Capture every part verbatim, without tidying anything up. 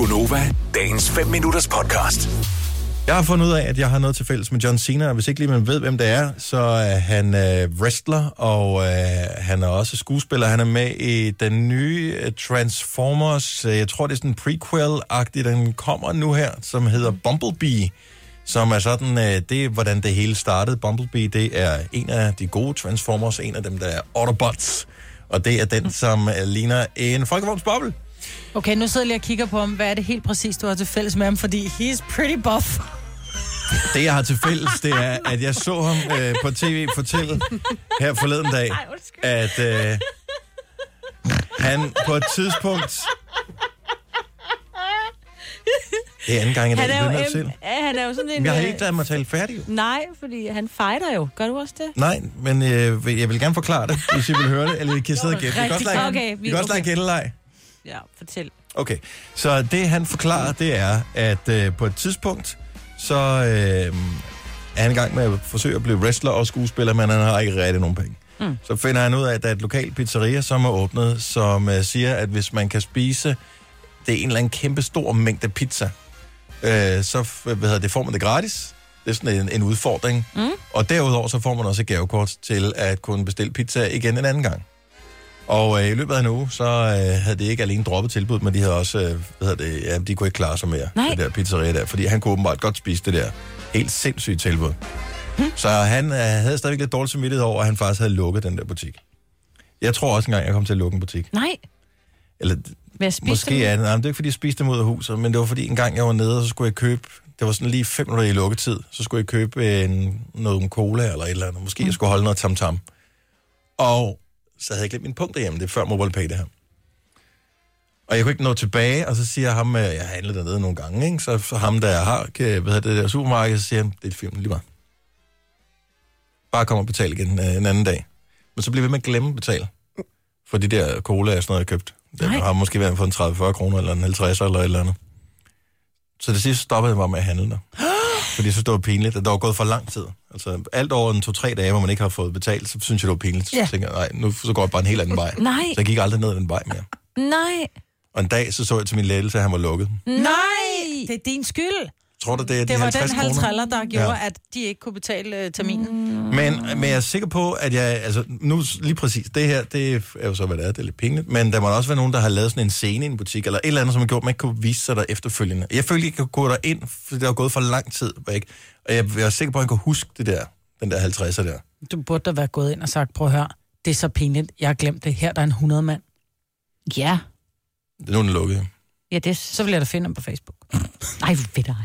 Gunova, dagens fem minutters podcast. Jeg har fundet ud af, at jeg har noget til fælles med John Cena, og hvis ikke lige man ved, hvem det er, så er han øh, wrestler, og øh, han er også skuespiller. Han er med i den nye øh, Transformers, øh, jeg tror det er sådan en prequel-agtig, den kommer nu her, som hedder Bumblebee, som er sådan, øh, det er hvordan det hele startede. Bumblebee, det er en af de gode Transformers, en af dem, der er Autobots, og det er den, som øh, ligner en folkevognsboble. Okay, nu sidder jeg lige og kigger på ham. Hvad er det helt præcis, du har til fælles med ham? Fordi he's pretty buff. Det, jeg har til fælles, det er, at jeg så ham øh, på tv fortælle her forleden dag, at øh, han på et tidspunkt... Det er anden gang i dag, han er, jo, selv. Ja, han er jo sådan en... Jeg har ikke ladet mig tale færdig. Nej, fordi han fighter jo. Gør du også det? Nej, men øh, jeg vil gerne forklare det, hvis I vil høre det, eller I kan sidde og gætte. Vi kan også lade, okay, vi kan også lade gætteleg. Ja, fortæl. Okay, så det han forklarer, det er, at øh, på et tidspunkt, så øh, er han i gang med at forsøge at blive wrestler og skuespiller, men han har ikke rigtig nogen penge. Mm. Så finder han ud af, at der er et lokalt pizzeria, som er åbnet, som øh, siger, at hvis man kan spise det er en eller anden kæmpe stor mængde pizza, øh, så hvad hedder det, får man det gratis. Det er sådan en, en udfordring. Mm. Og derudover så får man også et gavekort til at kunne bestille pizza igen en anden gang. Og øh, i løbet af en uge, så øh, havde det ikke alene droppet tilbud, men de havde også, øh, hvad hedder det, ja, de kunne ikke klare sig mere, Nej. det der pizzeria der, fordi han kunne åbenbart godt spise det der helt sindssygt tilbud. Hmm. Så han øh, havde stadigvæk lidt dårligt samvittighed over, at han faktisk havde lukket den der butik. Jeg tror også engang, jeg kom til at lukke en butik. Nej. Eller måske er det, nej, det er ikke fordi, jeg spiste dem ud af huset, men det var fordi en gang jeg var nede, og så skulle jeg købe, det var sådan lige fem minutter i lukketid, så skulle jeg købe en, noget cola eller et eller andet. Måske mm. jeg skulle holde noget tam-tam. Og så havde jeg glemt mine punkter hjemme, det er før MobilePay det her. Og jeg kunne ikke nå tilbage, og så siger jeg ham, jeg har handlet dernede nogle gange, ikke? Så, så ham, der har, kan, hvad det der supermarked, så siger han, det er et film lige meget. Bare kom og betal igen øh, en anden dag. Men så bliver vi med at glemme at betale. For de der cola er sådan noget, jeg købt. Det har måske været for en tredive til fyrre kroner, eller en halvtreds eller et eller andet. Så det sidste stoppede jeg bare med at handle der. Fordi jeg synes, det var pinligt, at der var gået for lang tid. Altså alt over en to-tre dage, hvor man ikke har fået betalt, så synes jeg, det var pinligt. Så ja. tænker jeg, nej, nu så går jeg bare en helt anden vej. Nej. Så jeg gik aldrig ned ad den vej mere. Nej. Og en dag, så så jeg til min lettelse, at han var lukket. Nej! Det er din skyld. Tror du, det er de det var halvtreds den halvtreller, der gjorde, ja. at de ikke kunne betale uh, terminen. Mm. Men, men jeg er sikker på, at jeg... Altså, nu lige præcis, det her, det er jo så, hvad det er, det er lidt pinligt. Men der må også være nogen, der har lavet sådan en scene i en butik, eller et eller andet, som har gjort, man ikke kunne vise sig der efterfølgende. Jeg følte ikke, at jeg kunne gå derind, for det har gået for lang tid væk. Og jeg, jeg er sikker på, at jeg kan huske det der, den der halvtredser der. Du burde da være gået ind og sagt, prøv at høre, det er så pinligt, jeg har glemt det. Her der er en hundrede mand. Ja. Det er nogen, der lukkede. Ja, det... Så vil jeg da finde ham på Facebook. Ej, ved dig.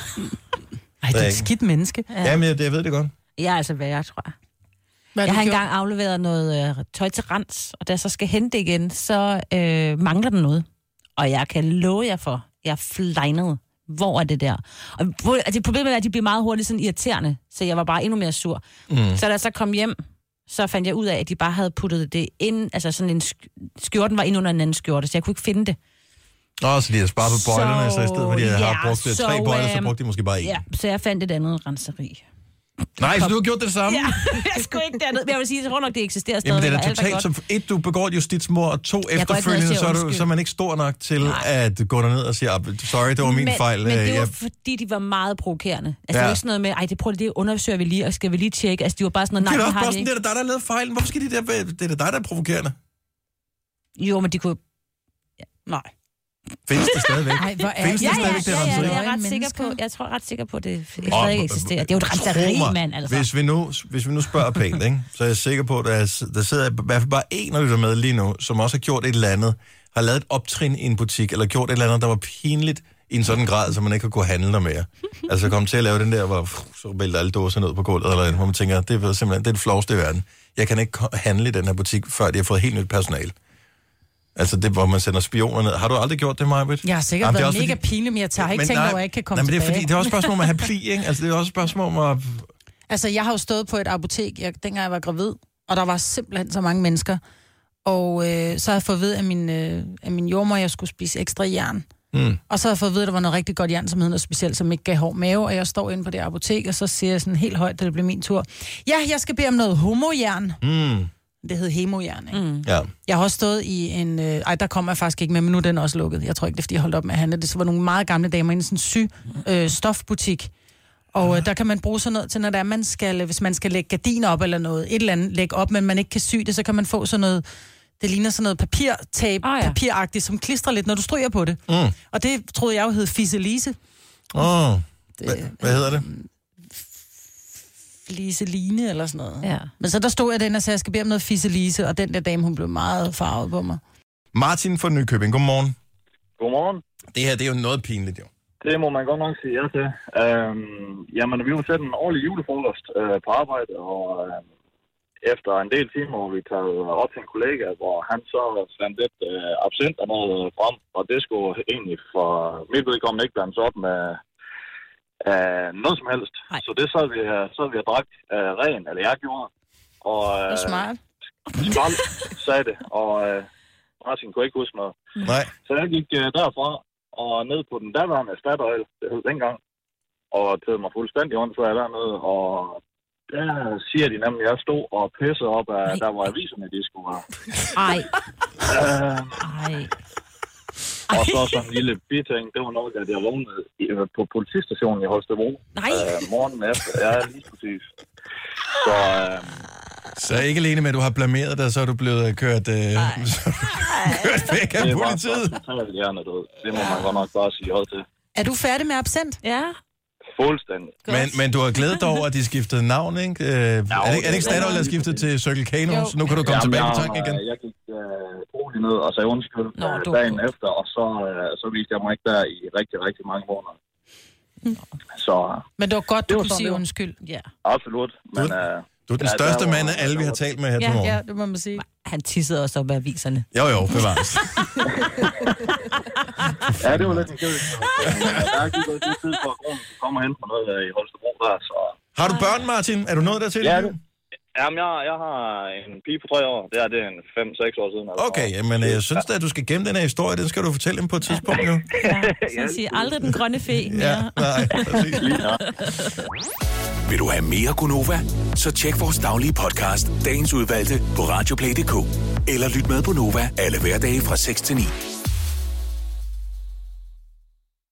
Ej, det er et skidt menneske. Ja. Jamen, jeg, jeg ved det godt. Jeg er altså værre, tror jeg. Hvad jeg har gjort? engang afleveret noget øh, tøj til rens, og da jeg så skal hente det igen, så øh, mangler den noget. Og jeg kan love jer for, jeg er flejnet. Hvor er det der? Og altså, problemet er, at de bliver meget hurtigt sådan irriterende, så jeg var bare endnu mere sur. Mm. Så da jeg så kom hjem, så fandt jeg ud af, at de bare havde puttet det ind, altså sådan en sk- skjorten var ind under en anden skjorte, så jeg kunne ikke finde det. Nå, så de har sparet på bøjlerne, så, så i stedet for, at de ja, har brugt så, tre bøjler, så brugte de måske bare en. Ja, så jeg fandt et andet renseri. Nej, så du har gjort det samme? Ja, jeg skulle ikke derned. Men jeg vil sige, jeg tror nok, det eksisterer stadig. Jamen det er da totalt som et, du begår et justitsmord, og to efterfølgende, så er, du, så er man ikke stor nok til Nej. at gå derned og sige, sorry, det var min men, fejl. Men det var jeg... fordi, de var meget provokerende. Altså ja. det var ikke sådan noget med, ej, det prøver det undersøger vi lige, og skal vi lige tjekke. Altså de var bare sådan noget, nej, det er vi har også det sådan, det er dig, der har lavet fejlen. Hvorfor skal de der, det er da dig, der er provokerende? Jo, men de kunne... Ja. Nej. Findes det stadigvæk? Ej, hvor er Findes ja, det stadigvæk, ja, det ja, ja, renseri? jeg er ret sikker på, jeg tror ret sikker på, at det stadig eksisterer. Det er jo et renseri, mand, altså. Hvis vi nu, hvis vi nu spørger pænt, ikke, så er jeg sikker på, at der, der sidder i hvert fald bare en af lytter med lige nu, som også har gjort et eller andet, har lavet et optrin i en butik, eller gjort et eller andet, der var pinligt i en sådan grad, så man ikke har kunnet handle der mere. Altså komme til at lave den der, hvor så vælter alle dåser ned på gulvet, eller hvor man tænker, det er simpelthen det er det flaueste i verden. Jeg kan ikke handle i den her butik, før de har fået helt nyt personale. Altså det, hvor man sender spioner ned. Har du aldrig gjort det, Majbrit? Jeg har sikkert Jamen, været mega fordi... pinlig, men jeg tager ikke men, tænkt nej, over, at jeg ikke kan komme nej, men det er, tilbage. fordi, det er også et spørgsmål om at have pli, ikke? Altså det er også et spørgsmål om at... Altså jeg har jo stået på et apotek, jeg, dengang jeg var gravid, og der var simpelthen så mange mennesker. Og øh, så havde jeg fået at vide af min, øh, af min jordmor, at jeg skulle spise ekstra jern. Mm. Og så havde jeg fået at vide, at der var noget rigtig godt jern, som hed noget specielt, som ikke gav hård mave. Og jeg står inde på det apotek, og så siger jeg sådan helt højt, da det blev min tur. Ja, jeg skal bede om noget homojern. Mm. Det hed Hemojern, ikke? Mm. Ja. Jeg har også stået i en... Øh, ej, der kommer jeg faktisk ikke med, men nu er den også lukket. Jeg tror ikke, det er, fordi jeg holdt op med at handle. Det var nogle meget gamle damer i en sådan sy øh, stofbutik. Og øh, der kan man bruge sådan noget til, når der er, man skal, hvis man skal lægge gardiner op eller noget, et eller andet lægge op, men man ikke kan sy det, så kan man få sådan noget... Det ligner sådan noget papirtape, ah, ja. papiragtigt, som klistrer lidt, når du stryger på det. Mm. Og det troede jeg jo hed Fiselise. Åh, oh. hvad, hvad hedder det? Fiseline eller sådan noget. Ja. Men så der stod jeg den og sagde, jeg skal bede om noget Fiselise, og den der dame, hun blev meget farvet på mig. Martin fra Nykøbing, godmorgen. Godmorgen. Det her, det er jo noget pinligt, jo. Det må man godt nok sige ja til. Øhm, jamen, vi var sætte en årlig julefrokost øh, på arbejde, og øh, efter en del timer, hvor vi tager op til en kollega, hvor han så fandt lidt øh, absint og noget frem, og det skulle egentlig for mit vedkommende ikke blandes op med øh, noget som helst. Ej. Så det sad vi, sad vi og drak øh, ren, eller jeg gjorde. Og, øh, det er smart. Skrald, sagde det, og øh, Martin kunne ikke huske noget. Nej. Så jeg gik øh, derfra og ned på den daværende Statoil, det hed dengang, og tædede mig fuldstændig rundt, så jeg dernede, og der siger de nemlig, at jeg stod og pissede op af, der hvor aviserne, de skulle være. Ej. Øh, Ej. og så sådan en lille biting, det var nok, at jeg vågnede i, på politistationen i Holstebro. Nej. Øh, morgenen efter, ja, lige præcis. Så... Øh, Så ikke alene med, at du har blameret dig, så er du blevet kørt, øh, kørt væk af politiet. Det er bare hjernedød. Det må man godt nok bare sige hold til. Er du færdig med absent? Ja. Fuldstændig. Men, men du har glædet dig over, at de skiftede navn, ikke? Øh, ja, er, det, er det ikke Statoil, der er skiftet til Circle K nu? Så nu kan du komme Jamen, tilbage jeg, på tanken igen? Jeg gik øh, roligt ned og sagde undskyld Nå, øh, du... dagen efter, og så, øh, så viste jeg mig ikke der i rigtig, rigtig mange måneder. Så, Men det var godt, du var kunne sådan, sige det var. undskyld. Ja. Absolut. Men, øh, Du er den ja, største der var- mand af alle, vi har talt med her til Ja, morgen. Ja, det må man sige. Han tissede også op af aviserne. Jo, jo, bevares. Ja, det var lidt en kedelig. Der gik også lidt tid for, at grunden kommer hen på noget i Holstebro der, så... Har du børn, Martin? Er du nået dertil? Ja, det. Jamen, jeg, jeg har en pige på tre år. Det er det en fem seks år siden. Altså. Okay, men jeg synes da, at du skal gemme den her historie. Den skal du fortælle dem på et tidspunkt, jo. Ja, så siger aldrig den grønne fe mere. Ja, nej, præcis. Vil du have mere Gunova? Så tjek vores daglige podcast, dagens udvalgte, på radioplay punktum d k. Eller lyt med på Nova alle hverdage fra seks til ni.